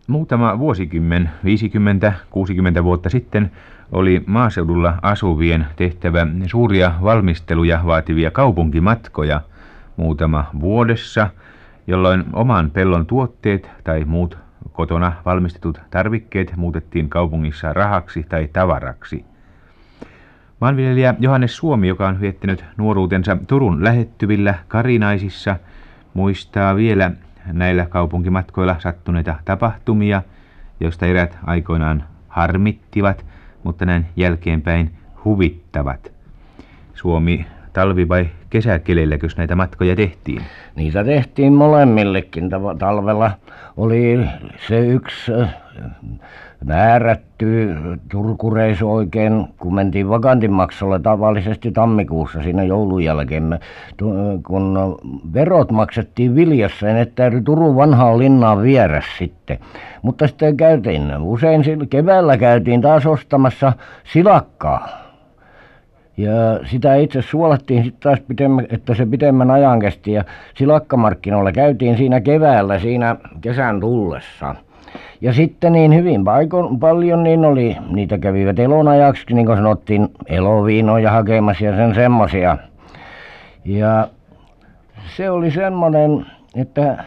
Muutama vuosikymmen, 50-60 vuotta sitten, oli maaseudulla asuvien tehtävä suuria valmisteluja vaativia kaupunkimatkoja muutama vuodessa, jolloin oman pellon tuotteet tai muut kotona valmistetut tarvikkeet muutettiin kaupungissa rahaksi tai tavaraksi. Maanviljelijä Johannes Suomi, joka on viettänyt nuoruutensa Turun lähettyvillä Karinaisissa, muistaa vielä näillä kaupunkimatkoilla sattuneita tapahtumia, joista erät aikoinaan harmittivat, mutta näin jälkeenpäin huvittavat. Suomi, talvi- vai kesäkeleilläkös näitä matkoja tehtiin? Niitä tehtiin molemmillekin. Talvella oli se yksi määrätty Turkureissu oikein, kun mentiin Vakantinmaksolle tavallisesti tammikuussa siinä joulun jälkeen. Kun verot maksettiin viljassa, ja ne täytyi Turun vanhaan linnaan viedä sitten. Mutta sitten käytiin, usein keväällä käytiin taas ostamassa silakkaa. Ja sitä itse suolattiin sitten taas että se pitemmän ajan kesti. Ja silakkamarkkinoilla käytiin siinä keväällä siinä kesän tullessa. Ja sitten niin hyvin paljon niin oli, niitä kävivät elonajaksi, niin kuin sanottiin, eloviinoja hakemassa ja sen semmoisia. Ja se oli semmoinen, että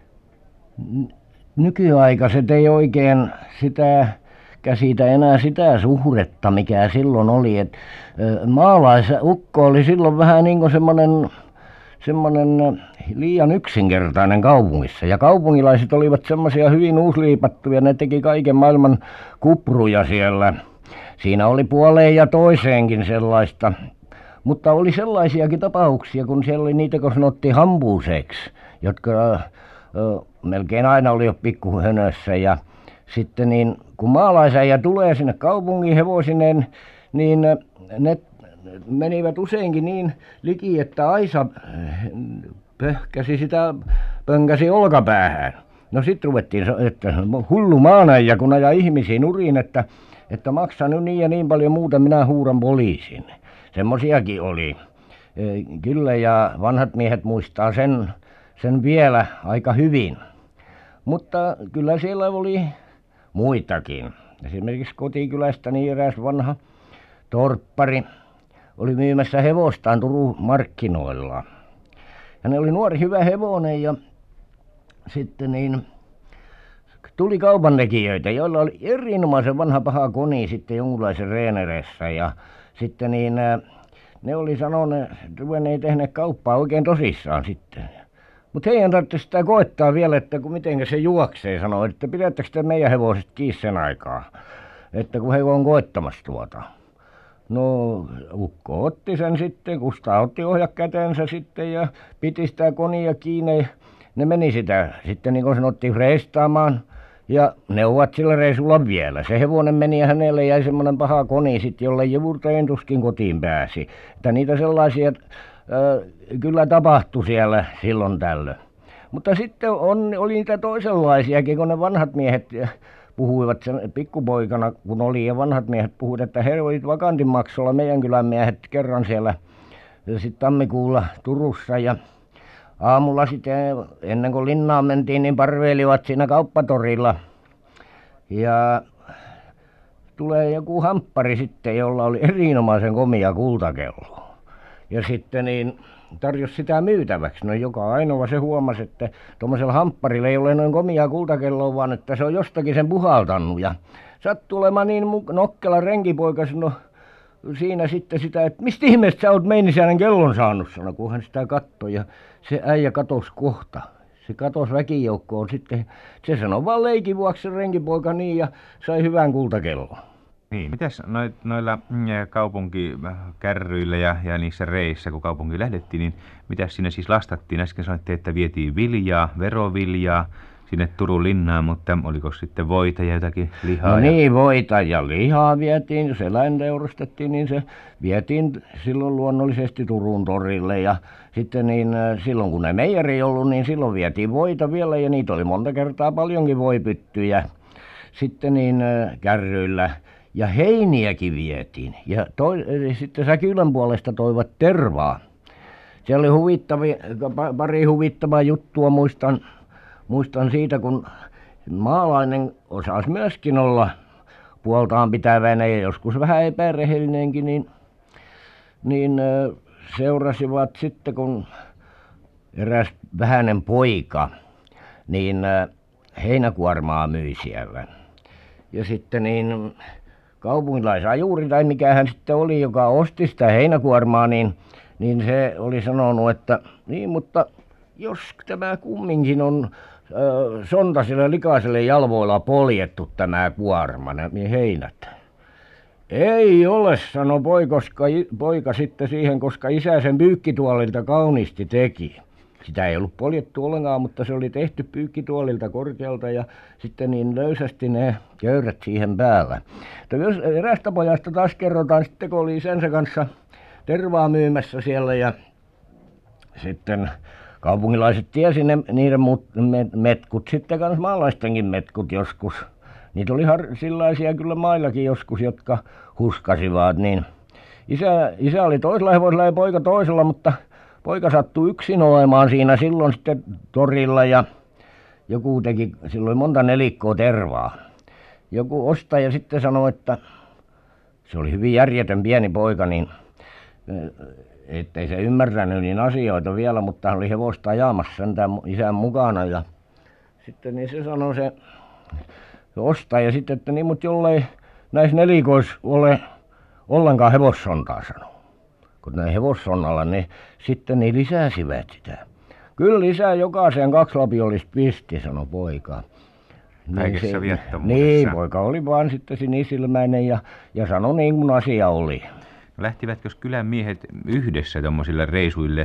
nykyaikaiset ei oikein sitä käsitä enää sitä suhdetta, mikä silloin oli. Että maalaisukko oli silloin vähän niin kuin semmoinen liian yksinkertainen kaupungissa. Ja kaupungilaiset olivat semmoisia hyvin uusliipattuja, ne teki kaiken maailman kupruja siellä. Siinä oli puoleen ja toiseenkin sellaista. Mutta oli sellaisiakin tapauksia, kun siellä oli niitä, kun sanottiin hampuuseiksi, jotka melkein aina oli jo pikkuhönössä. Ja sitten niin, kun maalaisäijä tulee sinne kaupungin hevosineen, niin ne menivät useinkin niin liki, että aisa pönkäsi olkapäähän. No sitten ruvettiin, että hullu maanäijä, kun ajaa ihmisiä nurin, että maksaa nyt niin ja niin paljon muuta, minä huudan poliisin. Semmoisiakin oli. Kyllä, ja vanhat miehet muistaa sen vielä aika hyvin. Mutta kyllä siellä oli muitakin. Esimerkiksi kotikylästäni eräs vanha torppari oli myymässä hevostaan Turun markkinoilla. Hänellä oli nuori hyvä hevonen ja sitten niin tuli kaupantekijöitä, joilla oli erinomaisen vanha paha koni sitten jonkunlaisen reenereessä. Ja sitten niin ne oli sanoneet, että ei tehneet kauppaa oikein tosissaan sitten. Mutta heidän tarvitsi sitä koettaa vielä, että kun miten se juoksee, sanoi, että pidättekö te meidän hevoset kiinni sen aikaa, että kun he on koettamassa tuota. No ukko otti sen sitten, Kustaa otti ohjat kätensä sitten ja piti sitä konia kiinni. Ne meni sitä sitten niin kuin sanottiin reistaamaan ja ne ovat sillä reissulla vielä. Se hevonen meni ja hänelle jäi semmoinen paha koni sitten, jolle juurteen tuskin kotiin pääsi. Että niitä sellaisia kyllä tapahtui siellä silloin tällöin. Mutta sitten oli niitä toisenlaisiakin, kun ne vanhat miehet puhuivat sen pikkupoikana, kun oli, ja vanhat miehet puhuivat, että he olivat Vakantinmaksolla, meidän kylän miehet, kerran siellä sitten tammikuulla Turussa. Ja aamulla sitten, ennen kuin linnaan mentiin, niin parveilivat siinä kauppatorilla. Ja tulee joku hamppari sitten, jolla oli erinomaisen komea kultakello. Ja sitten niin tarjosi sitä myytäväksi. No joka ainoa se huomasi, että tuommoisella hampparilla ei ole noin komea kultakelloa, vaan että se on jostakin sen puhaltanut. Ja sattui olemaan niin nokkela renkipoika sanoi siinä sitten sitä, että mistä ihmeestä sä oot meinisäinen kellon saanut, sanoi, kun hän sitä katsoi. Ja se äijä katosi kohta. Se katosi väkijoukkoon sitten. Se sanoi vaan leikin vuoksi se renkipoika niin ja sai hyvän kultakellon. Niin, mitäs noilla kaupunkikärryillä ja niissä reissä, kun kaupunkiin lähdettiin, niin mitäs sinne siis lastattiin? Äsken sanoitte, että vietiin viljaa, veroviljaa sinne Turun linnaan, mutta oliko sitten voita ja jotakin lihaa? No niin, voita ja lihaa vietiin, jos eläin teurastettiin, niin se vietiin silloin luonnollisesti Turun torille. Ja sitten niin silloin kun ei meijeri ollut, niin silloin vietiin voita vielä ja niitä oli monta kertaa paljonkin voipyttyjä sitten niin kärryillä. Ja heiniäkin vietiin. Ja sitten Säkylän puolesta toivat tervaa. Siellä oli pari huvittavaa juttua, muistan siitä, kun maalainen osasi myöskin olla puoltaan pitäväinen ja joskus vähän epärehellinenkin, niin seurasivat sitten, kun eräs vähäinen poika, niin heinäkuormaa myi siellä. Ja sitten niin kaupunkilaisajuri tai mikä hän sitten oli, joka osti sitä heinäkuormaa, niin se oli sanonut, että niin, mutta jos tämä kumminkin on sontasille likaiselle jalvoilla poljettu tämä kuorma, nämä heinät. Ei ole, sanoi poika sitten siihen, koska isä sen pyykkituolilta kauniisti teki. Sitä ei ollut poljettu ollenkaan, mutta se oli tehty pyykkituolilta korkealta ja sitten niin löysästi ne köyrät siihen päällä. Mutta erästä pojasta taas kerrotaan sitten, kun oli isänsä kanssa tervaa myymässä siellä ja sitten kaupungilaiset tiesi niiden metkut sitten kanssa maalaistenkin metkut joskus. Niitä oli sellaisia kyllä maillakin joskus, jotka huskasivat, niin isä oli toisella hevosella ja poika toisella, mutta poika sattui yksin olemaan siinä silloin sitten torilla ja joku teki, silloin monta nelikkoa tervaa. Joku ostaja sitten sanoi, että se oli hyvin järjetön pieni poika, niin ettei se ymmärtänyt niin asioita vielä, mutta hän oli hevosta ajamassa sentään isän mukana ja sitten niin se sanoi se ostaja sitten, että niin, mutta jollei näissä nelikoissa ole ollenkaan hevossontaa, sanoi. Kun ne hevossonnalla ne sitten niin lisäsivät sitä. Kyllä lisää jokaiseen 2 lapiollista pisti, sanoi poika. Kaikessa viattomuudessa. Niin, poika oli vaan sitten sinisilmäinen ja sanoi niin kuin asia oli. No lähtivätkö kylän miehet yhdessä tuommoisille reisuille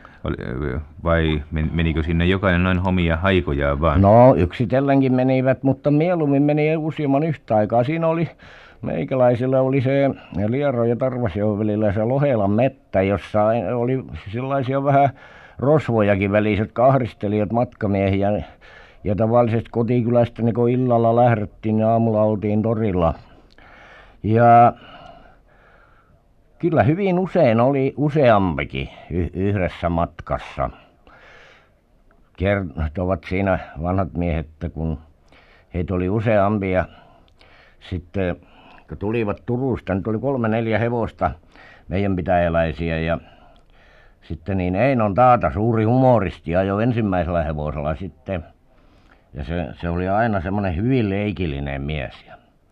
vai menikö sinne jokainen noin homia haikojaan vaan? No yksitellenkin menivät, mutta mieluummin meni useamman yhtä aikaa. Siinä oli meikäläisillä oli se Liero ja Tarvasjoen välillä se Lohelan mettä, jossa oli sellaisia vähän rosvojakin välissä, jotka ahdistelivat matkamiehiä. Ja tavallisesti kotikylästä niin kun illalla lähdettiin ja aamulla oltiin torilla. Ja kyllä hyvin usein oli useampikin yhdessä matkassa. Kertovat siinä vanhat miehet, että kun heitä oli useampia, sitten kun tulivat Turusta, nyt oli 3-4 hevosta meidän pitäjäläisiä ja sitten niin Einon taata, suuri humoristi, ajoi ensimmäisellä hevosella sitten. Ja se oli aina semmoinen hyvin leikillinen mies. Ja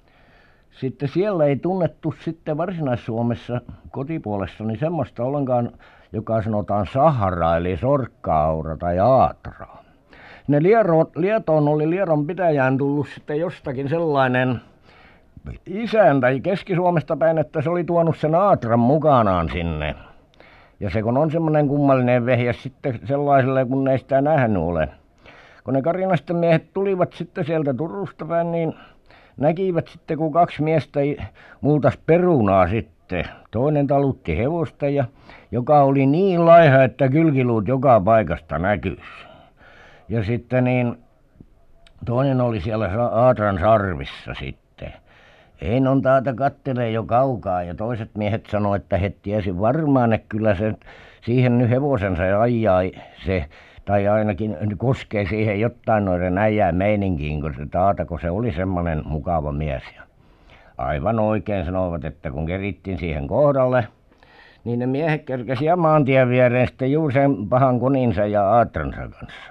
sitten siellä ei tunnettu sitten Varsinais-Suomessa kotipuolessa niin semmoista ollenkaan, joka sanotaan sahraa, eli sorkka-aura tai aatraa. Ne Lietoon oli Lieron pitäjään tullut sitten jostakin sellainen isäntä Keski-Suomesta päin, että se oli tuonut sen aatran mukanaan sinne. Ja se kun on semmoinen kummallinen vehje sitten sellaiselle, kun ei sitä nähnyt ole. Kun ne Karinasten miehet tulivat sitten sieltä Turusta päin, niin näkivät sitten, kun 2 miestä multas perunaa sitten. Toinen talutti hevosta, joka oli niin laiha, että kylkiluut joka paikasta näkyisi. Ja sitten niin toinen oli siellä aatran sarvissa sitten. Einon taata kattelee jo kaukaa ja toiset miehet sanoi, että he tiesi varmaan, että kyllä se siihen nyt hevosensa ajaa se. Tai ainakin koskee siihen jotain noiden äijää meininkiin, kun se taata, kun se oli semmoinen mukava mies. Ja aivan oikein sanovat, että kun kerittiin siihen kohdalle, niin ne miehet kerkesi ja maantien viereen sitten juuri sen pahan koninsa ja aatransa kanssa.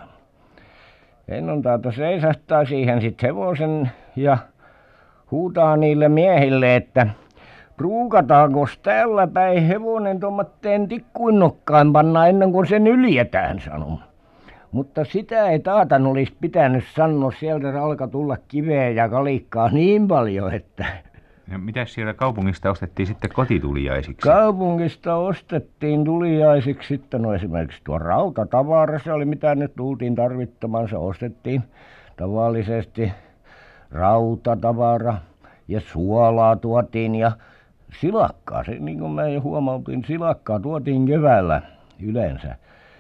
Einon taata seisahtaa siihen sitten hevosen ja huutaa niille miehille, että ruukataanko täällä päin hevonen tuommoitteen tikkuin nokkaan panna ennen kuin se nyljetään, sanoi. Mutta sitä ei taatan olisi pitänyt sanoa, sieltä alkoi tulla kiveä ja kalikkaa niin paljon, että ja mitäs siellä kaupungista ostettiin sitten kotituliaisiksi? Kaupungista ostettiin tuliaisiksi sitten, no esimerkiksi tuo rautatavara, se oli mitä nyt tultiin tarvittamaan, se ostettiin tavallisesti rautatavara ja suolaa tuotiin ja silakkaa, se niin kuin me jo huomautin, silakkaa tuotiin keväällä yleensä.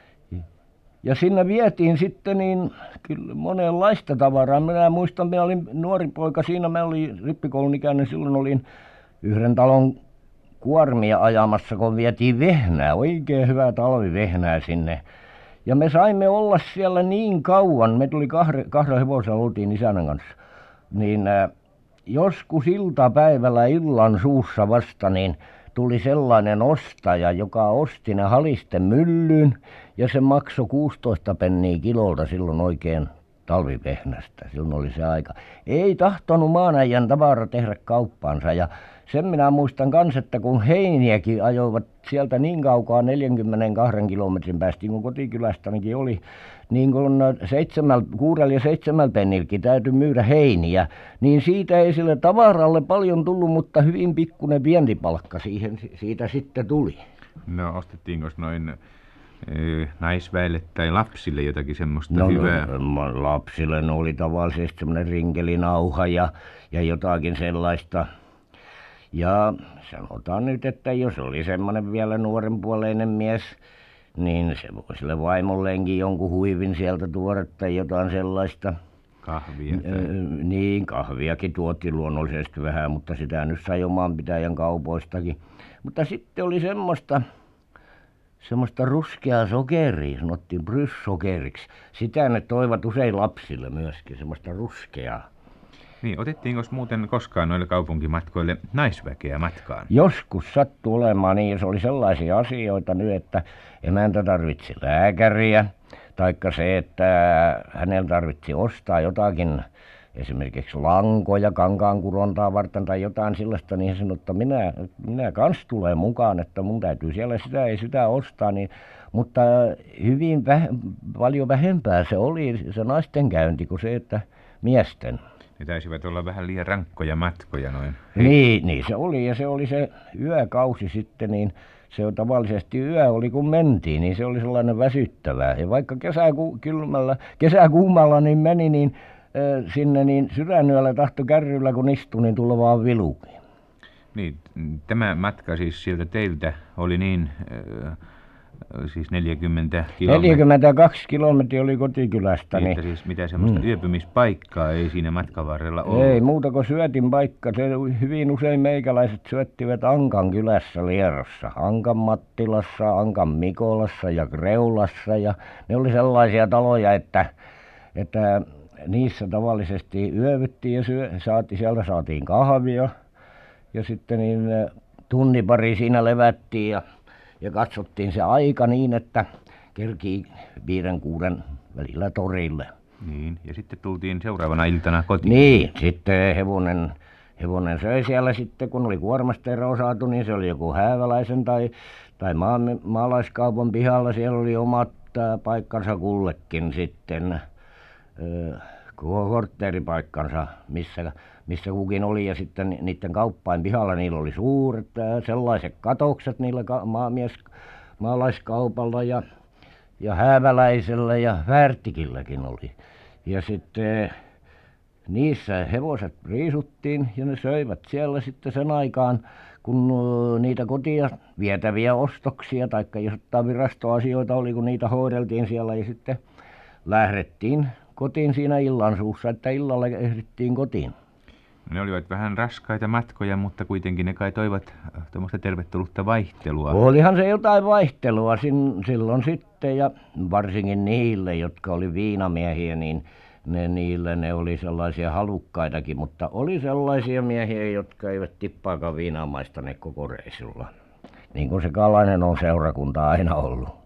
Ja sinne vietiin sitten niin kyllä monenlaista tavaraa. Minä muistan, minä olin nuori poika siinä, mä olin rippikoulun ikäinen, silloin olin yhden talon kuormia ajamassa, kun vietiin vehnää, oikein hyvää talvivehnää sinne. Ja me saimme olla siellä niin kauan, me tuli kahden hevosella oltiin isännän kanssa, niin joskus iltapäivällä illan suussa vasta, niin tuli sellainen ostaja, joka osti ne Halisten myllyyn, ja se maksoi 16 penniä kilolta silloin oikein talvivehnästä. Silloin oli se aika. Ei tahtonut maanäijän tavara tehdä kauppaansa, ja sen minä muistan kanssa, että kun heiniäkin ajoivat sieltä niin kaukaa 42 kilometrin päästä, niin kuin kotikylästänikin oli, niin kun 6 ja 7 pennilläkin täytyi myydä heiniä, niin siitä ei sille tavaralle paljon tullut, mutta hyvin pikkuinen vientipalkka siitä sitten tuli. No ostettiinkos noin naisväelle tai lapsille jotakin semmoista hyvää? No, lapsille ne oli tavallisesti semmoinen rinkelinauha ja jotakin sellaista. Ja sanotaan nyt, että jos oli semmoinen vielä nuorenpuoleinen mies, niin se voi sille vaimolleenkin jonkun huivin sieltä tuoda tai jotain sellaista. Kahvia? Niin, kahviakin tuotiin luonnollisesti vähän, mutta sitä nyt sai oman pitäjän kaupoistakin. Mutta sitten oli semmoista ruskeaa sokeria, sanottiin bryssokeriksi. Sitä ne toivat usein lapsille myöskin, semmoista ruskeaa. Niin, otettiinkos muuten koskaan noille kaupunkimatkoille naisväkeä matkaan? Joskus sattui olemaan niin, ja se oli sellaisia asioita nyt, että emäntä tarvitsi lääkäriä, taikka se, että hänellä tarvitsi ostaa jotakin, esimerkiksi lankoja kankaankurontaa varten tai jotain sellaista, niin hän sanoi, että minä kans tulen mukaan, että mun täytyy siellä sitä ostaa, niin, mutta hyvin paljon vähempää se oli se naisten käynti kuin se, että miesten. Ne taisivat olla vähän liian rankkoja matkoja noin. Niin se oli, ja se oli se yökausi sitten, niin se on tavallisesti yö oli kun mentiin, niin se oli sellainen väsyttävää. Ja vaikka kesäkuumalla niin meni, niin sinne niin Sydänyöllä tahtoi kärryllä kun istui, niin tulla vaan vilukin. Niin, tämä matka siis sieltä teiltä oli niin, siis 40 kilometriä. 42 kilometriä oli kotikylästä. Niin, siis mitä semmoista yöpymispaikkaa ei siinä matkan varrella ollut? Ei muuta kuin syötin paikka. Se hyvin usein meikäläiset syöttivät Ankan kylässä Lierossa. Ankan Mattilassa, Ankan Mikolassa ja Kreulassa. Ja ne oli sellaisia taloja, että niissä tavallisesti yövyttiin ja sieltä saatiin kahvia. Ja sitten niin tunnin pari siinä levättiin ja katsottiin se aika niin, että kerkii 5-6 välillä torille. Niin, ja sitten tultiin seuraavana iltana kotiin. Niin, sitten hevonen söi siellä sitten, kun oli kuormasta eroa saatu, niin se oli joku hääväläisen tai maalaiskaupan pihalla. Siellä oli omat paikkansa kullekin sitten, kortteeripaikkansa, missä kukin oli. Ja sitten niiden kauppain pihalla niillä oli suuret sellaiset katokset niillä maalaiskaupalla ja hääväläisellä ja Värtikilläkin oli. Ja sitten niissä hevoset riisuttiin ja ne söivät siellä sitten sen aikaan, kun niitä kotia vietäviä ostoksia tai jotain virastoasioita oli, kun niitä hoideltiin siellä, ja sitten lähdettiin kotiin siinä illan suussa, että illalla ehdittiin kotiin. Ne olivat vähän raskaita matkoja, mutta kuitenkin ne kai toivat tuommoista tervetullutta vaihtelua. Olihan se jotain vaihtelua silloin sitten, ja varsinkin niille, jotka oli viinamiehiä, niin ne oli sellaisia halukkaitakin, mutta oli sellaisia miehiä, jotka eivät tippaakaan viinaa maistaneet koko reissulla. Niin kuin se Kalainen on seurakunta aina ollut.